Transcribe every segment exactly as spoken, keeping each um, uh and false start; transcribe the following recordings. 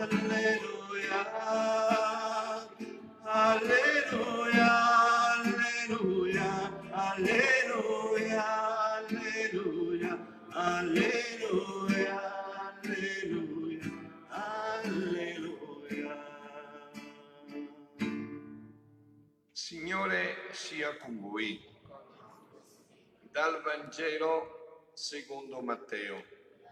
alleluia, alleluia, alleluia, alleluia, alleluia, alleluia, alleluia. Signore sia con voi. Dal Vangelo secondo Matteo.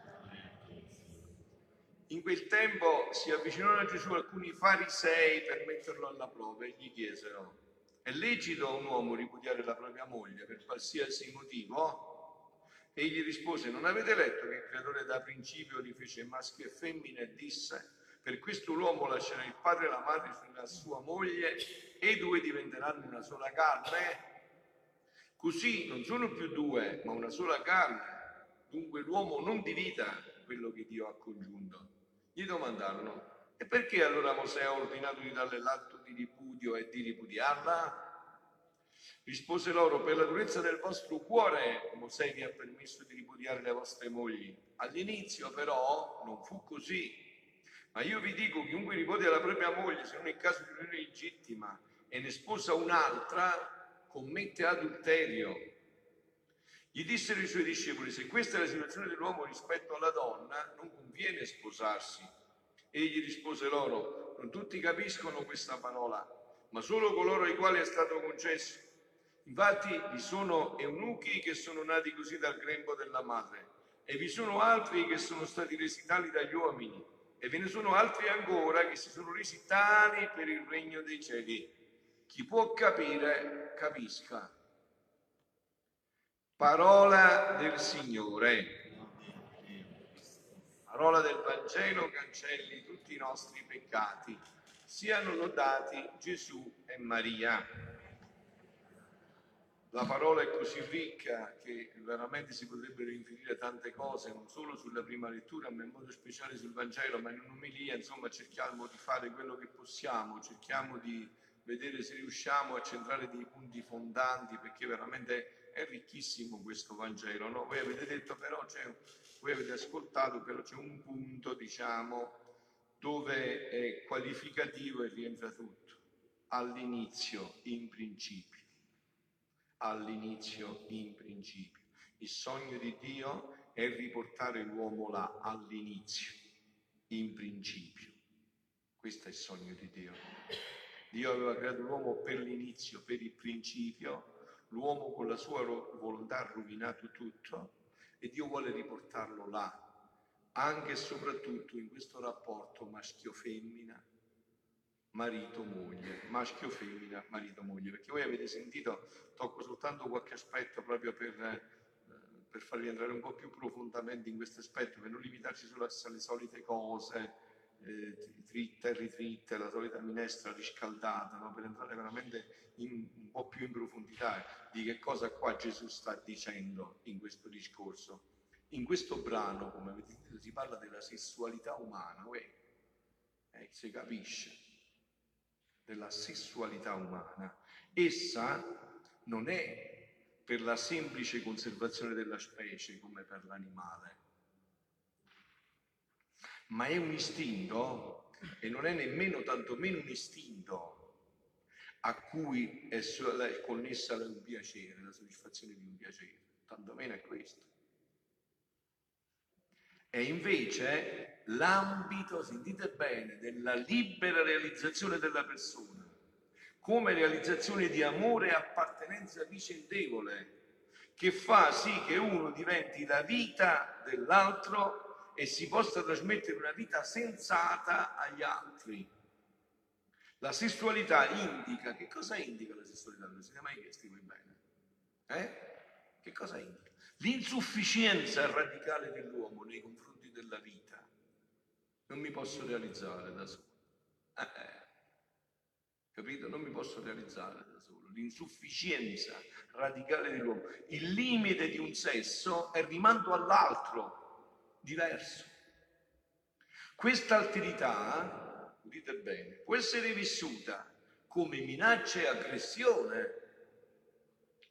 In quel tempo si avvicinarono a Gesù alcuni farisei per metterlo alla prova e gli chiesero: è lecito a un uomo ripudiare la propria moglie per qualsiasi motivo? Egli rispose: non avete letto che il Creatore da principio li fece maschi e femmine e disse: per questo l'uomo lascerà il padre e la madre sulla sua moglie e i due diventeranno una sola carne? Così non sono più due, ma una sola carne. Dunque l'uomo non divida quello che Dio ha congiunto. Gli domandarono: e perché allora Mosè ha ordinato di darle l'atto di ripudio e di ripudiarla? Rispose loro: per la durezza del vostro cuore Mosè vi ha permesso di ripudiare le vostre mogli. All'inizio però non fu così. Ma io vi dico, chiunque ripudia la propria moglie, se non in caso di unione legittima, e ne sposa un'altra, commette adulterio. Gli dissero i suoi discepoli: se questa è la situazione dell'uomo rispetto alla donna, non conviene sposarsi. Egli rispose loro: non tutti capiscono questa parola, ma solo coloro ai quali è stato concesso. Infatti vi sono eunuchi che sono nati così dal grembo della madre, e vi sono altri che sono stati resi tali dagli uomini, e ve ne sono altri ancora che si sono resi tali per il regno dei cieli. Chi può capire, capisca. Parola del Signore. Parola del Vangelo cancelli tutti i nostri peccati. Siano lodati Gesù e Maria. La parola è così ricca che veramente si potrebbero infinire tante cose, non solo sulla prima lettura, ma in modo speciale sul Vangelo, ma in un'omelia, insomma, cerchiamo di fare quello che possiamo, cerchiamo di vedere se riusciamo a centrare dei punti fondanti, perché veramente è ricchissimo questo Vangelo, no? Voi avete detto però, c'è, voi avete ascoltato, però c'è un punto, diciamo, dove è qualificativo e rientra tutto. All'inizio, in principio. All'inizio, in principio. Il sogno di Dio è riportare l'uomo là, all'inizio, in principio. Questo è il sogno di Dio. Dio aveva creato l'uomo per l'inizio, per il principio. L'uomo con la sua volontà ha rovinato tutto e Dio vuole riportarlo là, anche e soprattutto in questo rapporto maschio-femmina, marito-moglie, maschio-femmina, marito-moglie, perché voi avete sentito, tocco soltanto qualche aspetto proprio per, eh, per farvi entrare un po' più profondamente in questo aspetto, per non limitarci solo alle solite cose, eh, dritta e ritritta, la solita minestra riscaldata, no? Per entrare veramente in, un po' più in profondità di che cosa qua Gesù sta dicendo in questo discorso. In questo brano, come avete sentito, si parla della sessualità umana, uè, eh, si capisce, della sessualità umana. Essa non è per la semplice conservazione della specie come per l'animale, ma è un istinto, e non è nemmeno tantomeno un istinto a cui è connessa un piacere, la soddisfazione di un piacere, tantomeno è questo. È invece l'ambito, sentite bene, della libera realizzazione della persona, come realizzazione di amore e appartenenza vicendevole, che fa sì che uno diventi la vita dell'altro e si possa trasmettere una vita sensata agli altri. La sessualità indica, che cosa indica la sessualità? Non siete mai chiesti voi bene? Eh? Che cosa indica? L'insufficienza radicale dell'uomo nei confronti della vita. Non mi posso realizzare da solo. Eh, capito? Non mi posso realizzare da solo. L'insufficienza radicale dell'uomo. Il limite di un sesso è il rimando all'altro, diverso. Questa alterità, udite bene, può essere vissuta come minaccia e aggressione,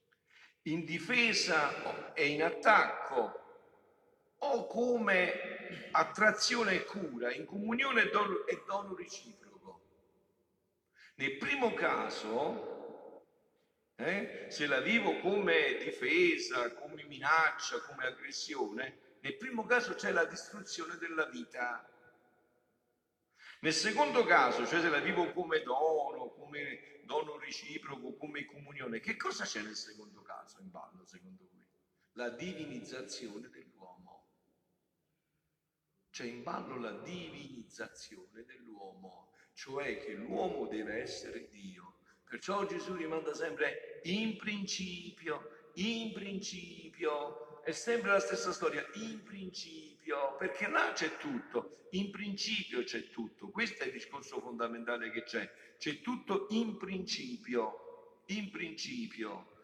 in difesa e in attacco, o come è attrazione e cura, in comunione e dono, e dono reciproco. Nel primo caso, eh, se la vivo come difesa, come minaccia, come aggressione, nel primo caso c'è la distruzione della vita. Nel secondo caso, cioè se la vivo come dono, come dono reciproco, come comunione, che cosa c'è nel secondo caso in ballo, secondo voi? La divinizzazione dell'uomo. C'è in ballo la divinizzazione dell'uomo, cioè che l'uomo deve essere Dio. Perciò Gesù rimanda sempre in principio, in principio, è sempre la stessa storia, in principio, perché là c'è tutto, in principio c'è tutto. Questo è il discorso fondamentale che c'è, c'è tutto in principio, in principio.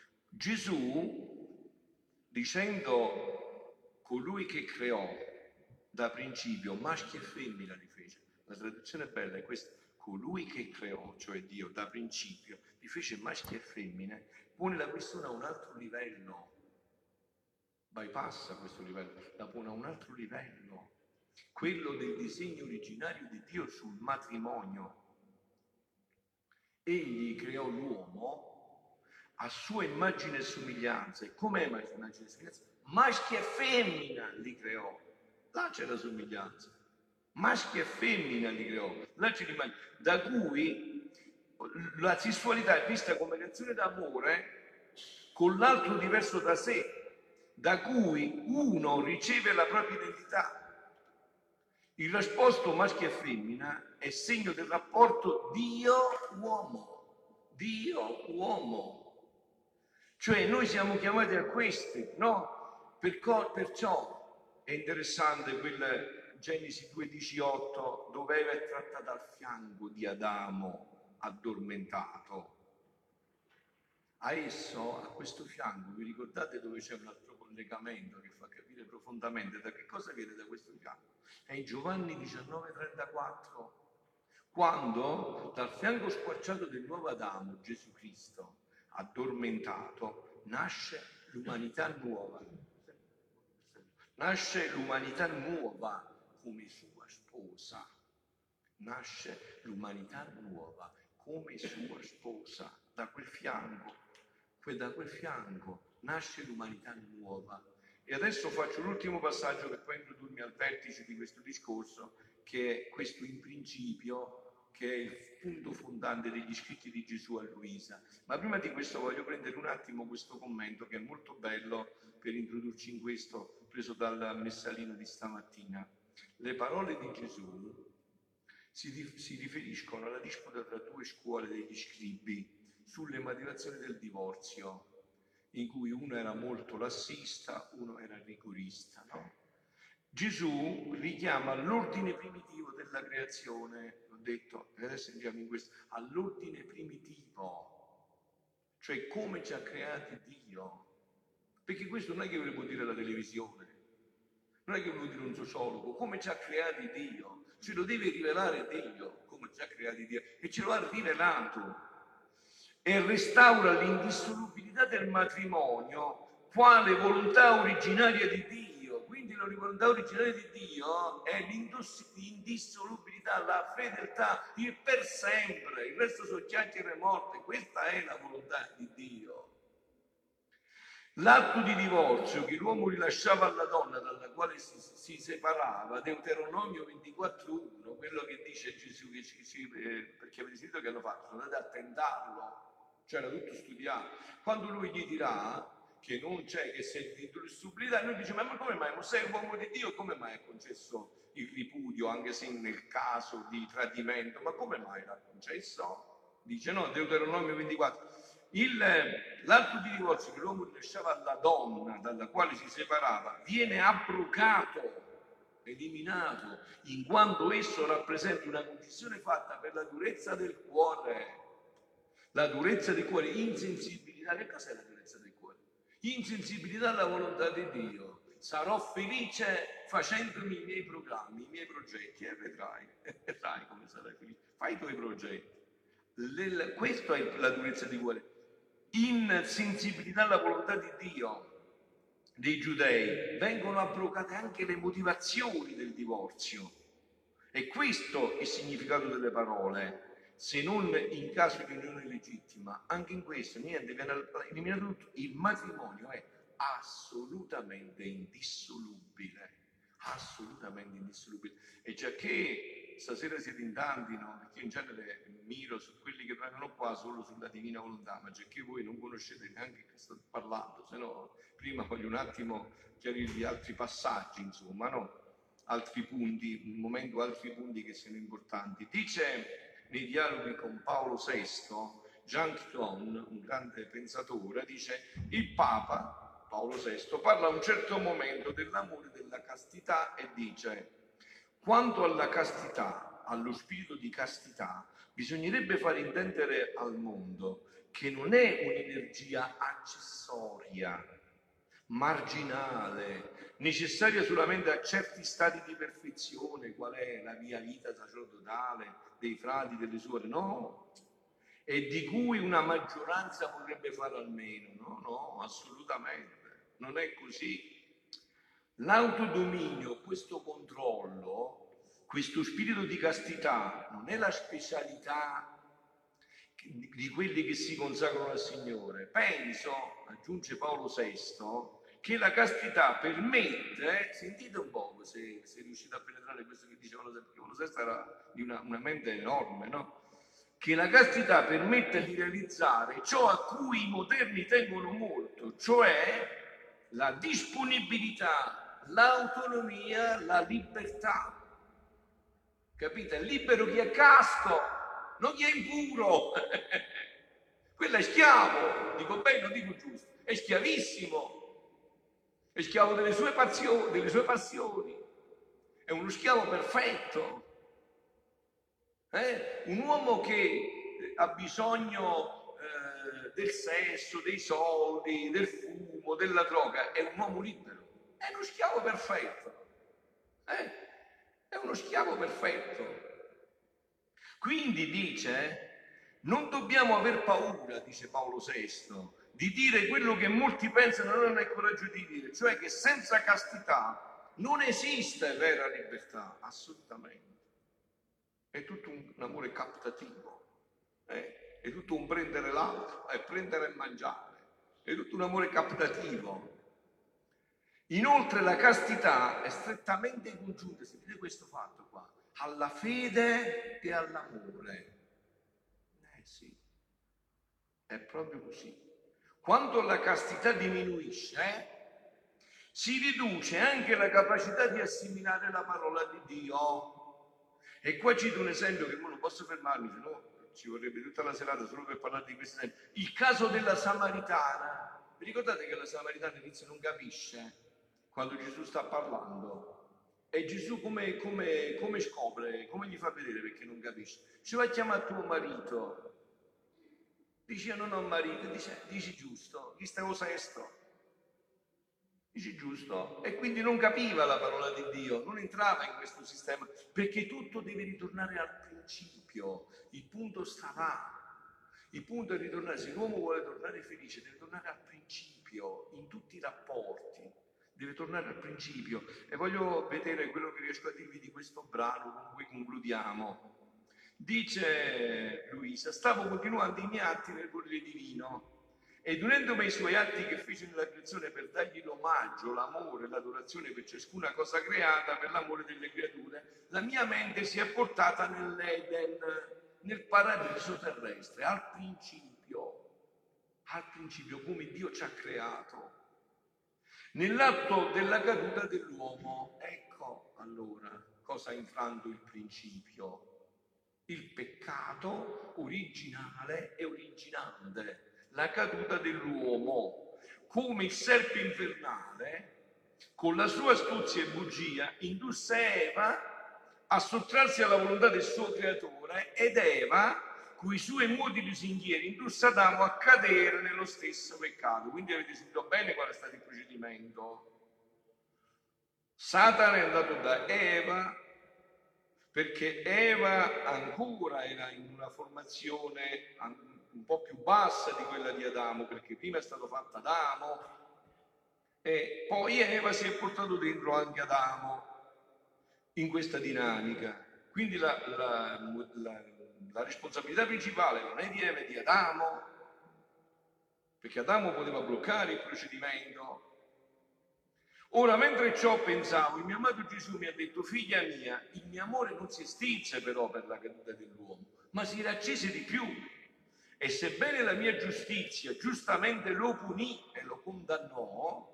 Gesù, dicendo colui che creò da principio, maschio e femmina li fece. La traduzione bella è questa: colui che creò, cioè Dio, da principio, li fece maschi e femmine, pone la questione a un altro livello, bypassa questo livello, la pone a un altro livello, quello del disegno originario di Dio sul matrimonio. Egli creò l'uomo a sua immagine e somiglianza. E com'è immagine e somiglianza? Maschi e femmina li creò. Là c'è la somiglianza. Maschi e femmina li creò. Là c'è l'immagine, da cui la sessualità è vista come reazione d'amore con l'altro diverso da sé, da cui uno riceve la propria identità. Il rapporto maschio e femmina è segno del rapporto Dio-uomo. Dio-uomo. Cioè noi siamo chiamati a questi, no? Perciò è interessante quel Genesi due diciotto, dove Eva è tratta dal fianco di Adamo addormentato. A esso, a questo fianco, vi ricordate dove c'è un altro collegamento che fa capire profondamente da che cosa viene da questo fianco? È in Giovanni diciannove trentaquattro, quando dal fianco squarciato del nuovo Adamo, Gesù Cristo, addormentato, nasce l'umanità nuova. Nasce l'umanità nuova come sua sposa. Nasce l'umanità nuova come sua sposa. Da quel fianco, da quel fianco nasce l'umanità nuova. E adesso faccio l'ultimo passaggio per poi introdurmi al vertice di questo discorso, che è questo in principio, che è il punto fondante degli scritti di Gesù a Luisa. Ma prima di questo voglio prendere un attimo questo commento che è molto bello per introdurci in questo, preso dal messalino di stamattina. Le parole di Gesù si, si riferiscono alla disputa tra due scuole degli scribi sulle motivazioni del divorzio, in cui uno era molto lassista, uno era rigorista, no? Gesù richiama all'ordine primitivo della creazione, ho detto, e adesso entriamo in questo, all'ordine primitivo, cioè come ci ha creati Dio. Perché questo non è che ve lo può dire la televisione, non è che ve lo può dire un sociologo, come ci ha creati Dio, ce lo deve rivelare Dio, come ci ha creati Dio, e ce lo ha rivelato. E restaura l'indissolubilità del matrimonio quale volontà originaria di Dio. Quindi la volontà originaria di Dio è l'indissolubilità, la fedeltà, il per sempre, il resto sono chiacchiere e morte. Questa è la volontà di Dio. L'atto di divorzio che l'uomo rilasciava alla donna dalla quale si, si separava, Deuteronomio ventiquattro uno, quello che dice Gesù, che ci, ci, eh, perché avete sentito che hanno fatto? Sono andati a tentarlo. Cioè era tutto studiato. Quando lui gli dirà che non c'è, che sei di indissolubilità, noi diciamo, ma come mai? Ma sei un uomo di Dio, come mai ha concesso il ripudio, anche se nel caso di tradimento? Ma come mai l'ha concesso? Dice no, Deuteronomio ventiquattro. Il, l'atto di divorzio che l'uomo rilasciava alla donna dalla quale si separava viene abrogato, eliminato, in quanto esso rappresenta una condizione fatta per la durezza del cuore. La durezza del cuore, insensibilità. Che cos'è la durezza del cuore? Insensibilità alla volontà di Dio. Sarò felice facendomi i miei programmi, i miei progetti, e vedrai, vedrai come sarai felice. Fai i tuoi progetti. Le, questa è la durezza di cuore. Insensibilità alla volontà di Dio. dei giudei vengono abrogate anche le motivazioni del divorzio. E questo è il significato delle parole, se non in caso di unione legittima. Anche in questo niente, viene eliminato tutto. Il matrimonio è assolutamente indissolubile, assolutamente indissolubile. E già che stasera siete in tanti, no? Perché io in genere miro su quelli che vengono qua solo sulla divina volontà, ma già che voi non conoscete neanche che sto parlando, se no prima voglio un attimo chiarirvi altri passaggi, insomma, no? Altri punti, un momento, altri punti che sono importanti. Dice nei dialoghi con Paolo sesto, Jean Cron, un grande pensatore, dice: il Papa Paolo sesto parla a un certo momento dell'amore e della castità e dice: quanto alla castità, allo spirito di castità, bisognerebbe far intendere al mondo che non è un'energia accessoria, marginale, necessaria solamente a certi stati di perfezione, qual è la mia vita sacerdotale, dei frati, delle suore, no, e di cui una maggioranza potrebbe fare almeno, no, no, assolutamente, non è così. L'autodominio, questo controllo, questo spirito di castità non è la specialità di quelli che si consacrano al Signore. Penso, aggiunge Paolo sesto, che la castità permette, sentite un po' se, se riuscite a penetrare questo che dicevano sempre, perché Paolo sesto era di una, una mente enorme, no? Che la castità permette di realizzare ciò a cui i moderni tengono molto, cioè la disponibilità, l'autonomia, la libertà. Capite? È libero chi è casto, non chi è impuro. Quello è schiavo, dico bene, non dico giusto, è schiavissimo, è schiavo delle sue passioni, delle sue passioni, è uno schiavo perfetto. Eh? Un uomo che ha bisogno eh, del sesso, dei soldi, del fumo, della droga, è un uomo libero, è uno schiavo perfetto. Eh? È uno schiavo perfetto. Quindi dice, non dobbiamo aver paura, dice Paolo sesto, di dire quello che molti pensano non hanno il coraggio di dire, cioè che senza castità non esiste vera libertà, assolutamente. È tutto un, un amore captativo, eh? È tutto un prendere l'altro, è prendere e mangiare, è tutto un amore captativo. Inoltre la castità è strettamente congiunta, sentite questo fatto qua, alla fede e all'amore. Eh sì, è proprio così. Quando la castità diminuisce, eh, si riduce anche la capacità di assimilare la parola di Dio. E qua cito un esempio che non posso fermarmi, se no ci vorrebbe tutta la serata solo per parlare di questo esempio. Il caso della Samaritana. Vi ricordate che la Samaritana all'inizio non capisce quando Gesù sta parlando? E Gesù come, come, come scopre, come gli fa vedere perché non capisce? Ci va a chiamare tuo marito. Dice io non ho marito, dice, dici giusto, chi stavo sesto. Dici giusto? E quindi non capiva la parola di Dio, non entrava in questo sistema, perché tutto deve ritornare al principio, il punto sta là. Il punto è ritornare, se l'uomo vuole tornare felice, deve tornare al principio, in tutti i rapporti, deve tornare al principio. E voglio vedere quello che riesco a dirvi di questo brano con cui concludiamo. Dice Luisa, stavo continuando i miei atti nel volere divino, ed unendomi ai suoi atti che fece nella creazione per dargli l'omaggio, l'amore, l'adorazione per ciascuna cosa creata, per l'amore delle creature, la mia mente si è portata nell'Eden, nel paradiso terrestre, al principio, al principio, come Dio ci ha creato. Nell'atto della caduta dell'uomo, ecco allora cosa ha infranto il principio. Il peccato originale e originante. La caduta dell'uomo, come il serpe infernale, con la sua astuzia e bugia, indusse Eva a sottrarsi alla volontà del suo creatore, ed Eva, con i suoi modi lusinghieri, indusse Adamo a cadere nello stesso peccato. Quindi avete sentito bene qual è stato il procedimento. Satana è andato da Eva, perché Eva ancora era in una formazione un po' più bassa di quella di Adamo, perché prima è stato fatto Adamo, E poi Eva si è portato dentro anche Adamo in questa dinamica. Quindi la, la, la, la responsabilità principale non è di Eva, è di Adamo, perché Adamo poteva bloccare il procedimento. Ora, mentre ciò pensavo, il mio amato Gesù mi ha detto: figlia mia, il mio amore non si estinse però per la caduta dell'uomo, ma si riaccese di più. E sebbene la mia giustizia giustamente lo punì e lo condannò,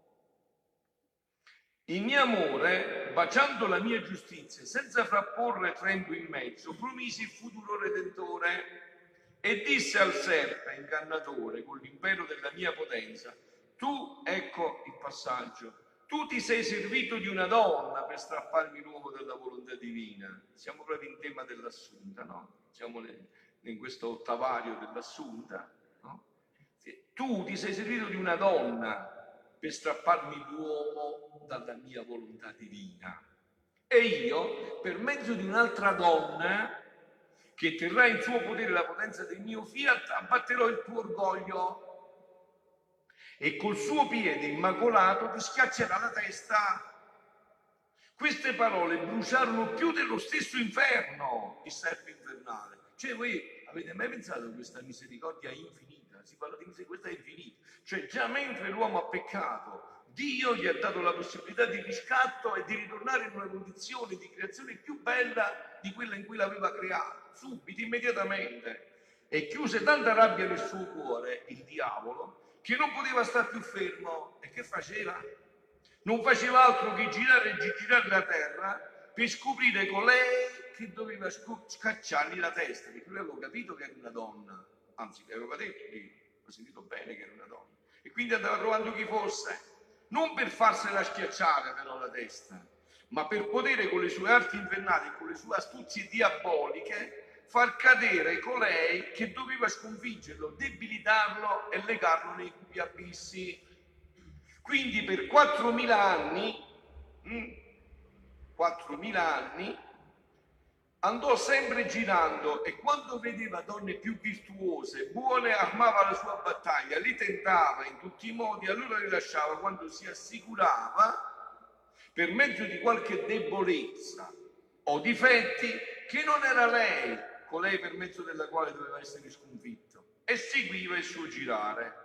il mio amore, baciando la mia giustizia, senza frapporre trembo in mezzo, promise il futuro redentore e disse al serpe ingannatore con l'impero della mia potenza: tu, ecco il passaggio, tu ti sei servito di una donna per strapparmi l'uomo dalla volontà divina. Siamo proprio in tema dell'assunta, no? Siamo in questo ottavario dell'assunta, no? Tu ti sei servito di una donna per strapparmi l'uomo dalla mia volontà divina. E io, per mezzo di un'altra donna, che terrà in suo potere la potenza del mio fiat, abbatterò il tuo orgoglio e col suo piede immacolato ti schiaccerà la testa. Queste parole bruciarono più dello stesso inferno, il serpe infernale. Cioè, voi avete mai pensato a questa misericordia infinita? Si parla di misericordia, questa è infinita. Cioè, già mentre l'uomo ha peccato, Dio gli ha dato la possibilità di riscatto e di ritornare in una condizione di creazione più bella di quella in cui l'aveva creato, subito, immediatamente. E chiuse tanta rabbia nel suo cuore, il diavolo, che non poteva stare più fermo. E che faceva? Non faceva altro che girare e girare la terra per scoprire colei che doveva scacciargli la testa, perché lui aveva capito che era una donna, anzi aveva detto che ho sentito bene che era una donna, e quindi andava trovando chi fosse, non per farsela schiacciare però la testa, ma per poter con le sue arti infernali e con le sue astuzie diaboliche far cadere colei che doveva sconfiggerlo, debilitarlo e legarlo nei cupi abissi. Quindi per quattromila anni, quattromila anni, andò sempre girando e quando vedeva donne più virtuose, buone, armava la sua battaglia, li tentava in tutti i modi, allora li lasciava quando si assicurava, per mezzo di qualche debolezza o difetti, che non era lei, colei per mezzo della quale doveva essere sconfitto, e seguiva il suo girare.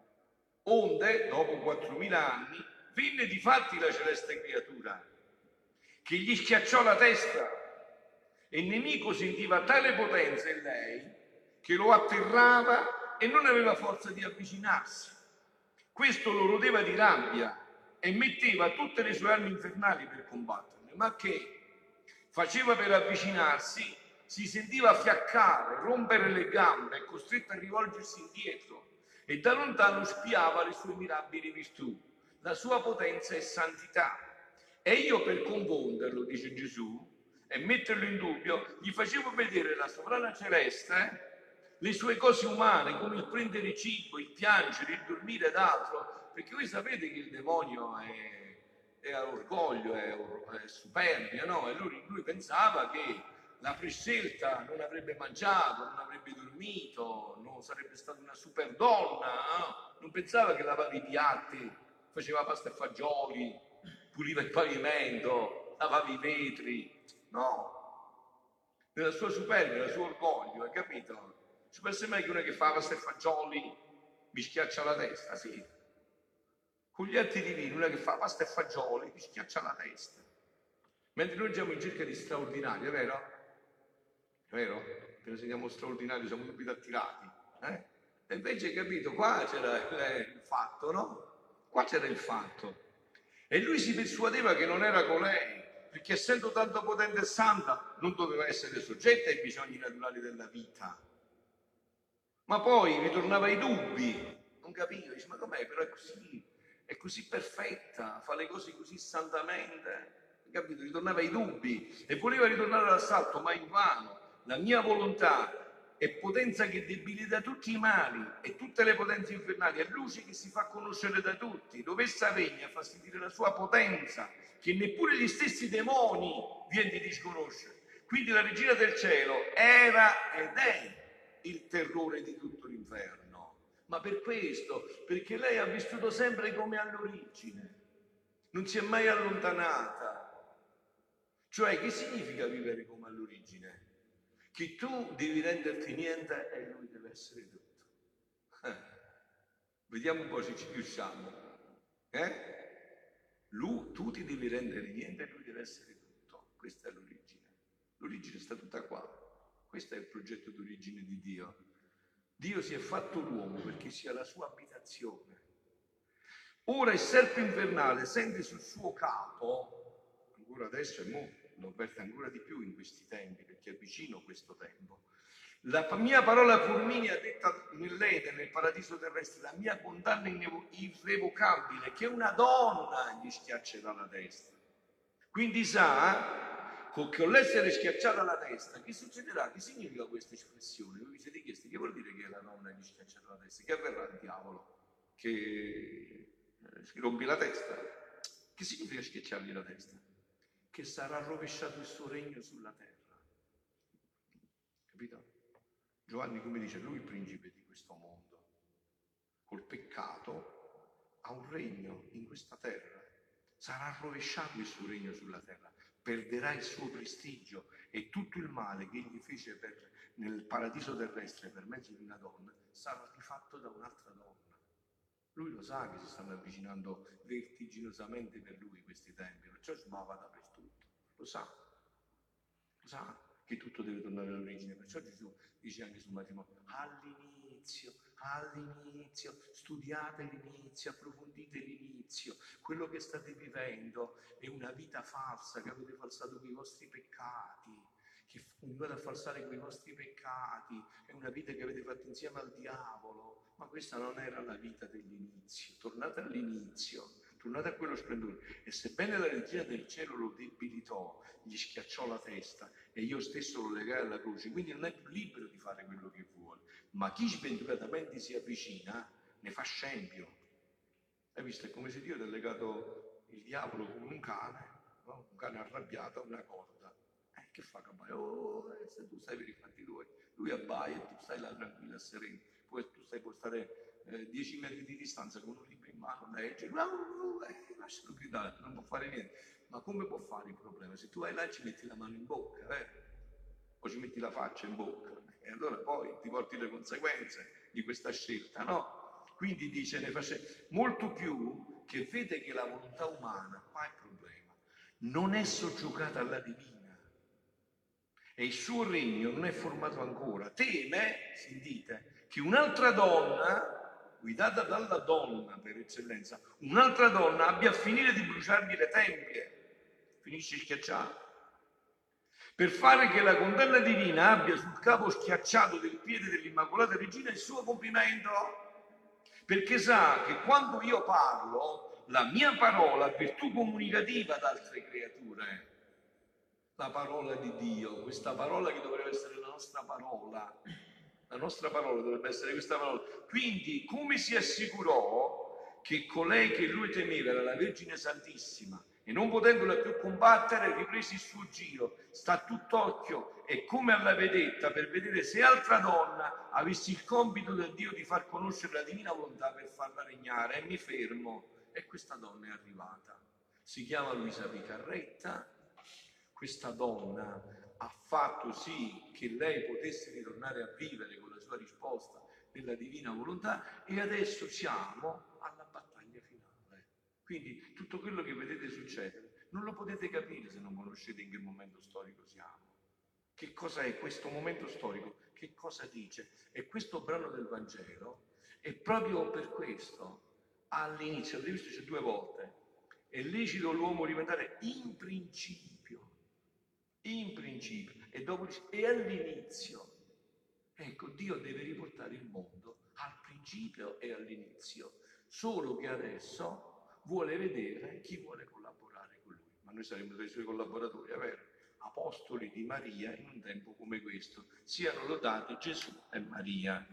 Onde, dopo quattromila anni, venne difatti la celeste creatura, che gli schiacciò la testa, e il nemico sentiva tale potenza in lei che lo atterrava e non aveva forza di avvicinarsi. Questo lo rodeva di rabbia e metteva tutte le sue armi infernali per combatterne, ma che faceva per avvicinarsi, si sentiva fiaccare, rompere le gambe, costretto a rivolgersi indietro, e da lontano spiava le sue mirabili virtù, la sua potenza e santità. E io, per confonderlo, dice Gesù, e metterlo in dubbio, gli facevo vedere la sovrana celeste, le sue cose umane, come il prendere cibo, il piangere, il dormire ed altro, perché voi sapete che il demonio è, è orgoglio, è, è superbia, no? E lui, lui pensava che la prescelta non avrebbe mangiato, non avrebbe dormito, non sarebbe stata una super donna, no? Non pensava che lavava i piatti, faceva pasta e fagioli, puliva il pavimento, lavava i vetri. No, nella sua superbia, nel suo orgoglio, hai capito? Ci può essere mai che una che fa pasta e fagioli mi schiaccia la testa? Sì. Con gli atti divini, una che fa pasta e fagioli mi schiaccia la testa. Mentre noi andiamo in cerca di straordinario, è vero? È vero? Che noi sentiamo straordinario, siamo subito attirati. Eh? E invece, capito, qua c'era il fatto, no? Qua c'era il fatto. E lui si persuadeva che non era colei, perché essendo tanto potente e santa non doveva essere soggetta ai bisogni naturali della vita. Ma poi ritornava ai dubbi, non capiva, dice: ma com'è? Però è così, è così perfetta, fa le cose così santamente, capito? Ritornava ai dubbi e voleva ritornare all'assalto, ma invano. La mia volontà è potenza che debilita tutti i mali e tutte le potenze infernali, è luce che si fa conoscere da tutti, dove essa regna fa sentire la sua potenza, che neppure gli stessi demoni viene di disconoscere. Quindi la regina del cielo era ed è il terrore di tutto l'inferno. Ma per questo, perché lei ha vissuto sempre come all'origine, non si è mai allontanata. Cioè, che significa vivere come all'origine? Che tu devi renderti niente e lui deve essere tutto. Eh. Vediamo un po' se ci riusciamo. Eh? Lui, tu ti devi rendere niente e lui deve essere tutto. Questa è l'origine. L'origine sta tutta qua. Questo è il progetto d'origine di Dio. Dio si è fatto l'uomo perché sia la sua abitazione. Ora il serpo infernale sente sul suo capo, ancora adesso e mo lo avverte ancora di più in questi tempi, perché è vicino questo tempo, la mia parola fulminea detta nell'Eden, nel paradiso terrestre, la mia condanna irrevocabile, che una donna gli schiaccerà la testa. Quindi sa, con l'essere schiacciata la testa, che succederà? Che significa questa espressione? Voi vi siete chiesti che vuol dire che la donna gli schiaccerà la testa? Che avverrà il diavolo? Che si rompe la testa? Che significa schiacciargli la testa? Che sarà rovesciato il suo regno sulla terra. Capito? Giovanni, come dice, lui è il principe di questo mondo. Col peccato ha un regno in questa terra. Sarà rovesciato il suo regno sulla terra. Perderà il suo prestigio e tutto il male che egli fece per, nel paradiso terrestre per mezzo di una donna sarà rifatto da un'altra donna. Lui lo sa che si stanno avvicinando vertiginosamente per lui questi tempi, perciò sbava dappertutto. Lo sa, lo sa che tutto deve tornare all'origine. Perciò Gesù dice anche sul matrimonio, all'inizio, all'inizio, studiate l'inizio, approfondite l'inizio. Quello che state vivendo è una vita falsa che avete falsato con i vostri peccati, che continuate a falsare con i vostri peccati, è una vita che avete fatto insieme al diavolo. Ma questa non era la vita dell'inizio. Tornate all'inizio, tornate a quello splendore. E sebbene la regina del cielo lo debilitò, gli schiacciò la testa e io stesso lo legai alla croce, quindi non è più libero di fare quello che vuole. Ma chi sventuratamente si avvicina ne fa scempio. Hai visto? È come se Dio ti ha legato il diavolo come un cane, no? Un cane arrabbiato a una corda. Eh, che fa capace? Oh, eh, se tu stai per i fatti tuoi, lui abbaia e tu stai là tranquillo e sereno. Poi tu stai puoi stare eh, dieci metri di distanza con un libro in mano, legge, eh, lascialo gridare, non può fare niente. Ma come può fare il problema? Se tu vai là e ci metti la mano in bocca, eh? O ci metti la faccia in bocca, e allora poi ti porti le conseguenze di questa scelta, no? Quindi dice, ne face molto più che vede che la volontà umana, qua è il problema, non è soggiogata alla divina. E il suo regno non è formato ancora. Teme, sentite, che un'altra donna, guidata dalla donna per eccellenza, un'altra donna abbia a finire di bruciargli le tempie, finisce schiacciato, per fare che la condanna divina abbia sul capo schiacciato del piede dell'Immacolata Regina il suo compimento, perché sa che quando io parlo, la mia parola ha virtù comunicativa ad altre creature. La parola di Dio, questa parola che dovrebbe essere la nostra parola, la nostra parola dovrebbe essere questa parola. Quindi come si assicurò che colei che lui temeva era la Vergine Santissima e non potendola più combattere riprese il suo giro, sta tutt'occhio e come alla vedetta per vedere se altra donna avesse il compito del Dio di far conoscere la divina volontà per farla regnare, e mi fermo. E questa donna è arrivata, si chiama Luisa Picarretta. Questa donna ha fatto sì che lei potesse ritornare a vivere con la sua risposta nella divina volontà e adesso siamo alla battaglia finale. Quindi tutto quello che vedete succedere non lo potete capire se non conoscete in che momento storico siamo. Che cosa è questo momento storico? Che cosa dice? E questo brano del Vangelo è proprio per questo. All'inizio, avete visto c'è due volte, è lecito l'uomo diventare in principio. In principio e dopo e all'inizio. Ecco, Dio deve riportare il mondo al principio e all'inizio, solo che adesso vuole vedere chi vuole collaborare con lui. Ma noi saremo dei suoi collaboratori, è vero? Apostoli di Maria in un tempo come questo. Siano lodati Gesù e Maria.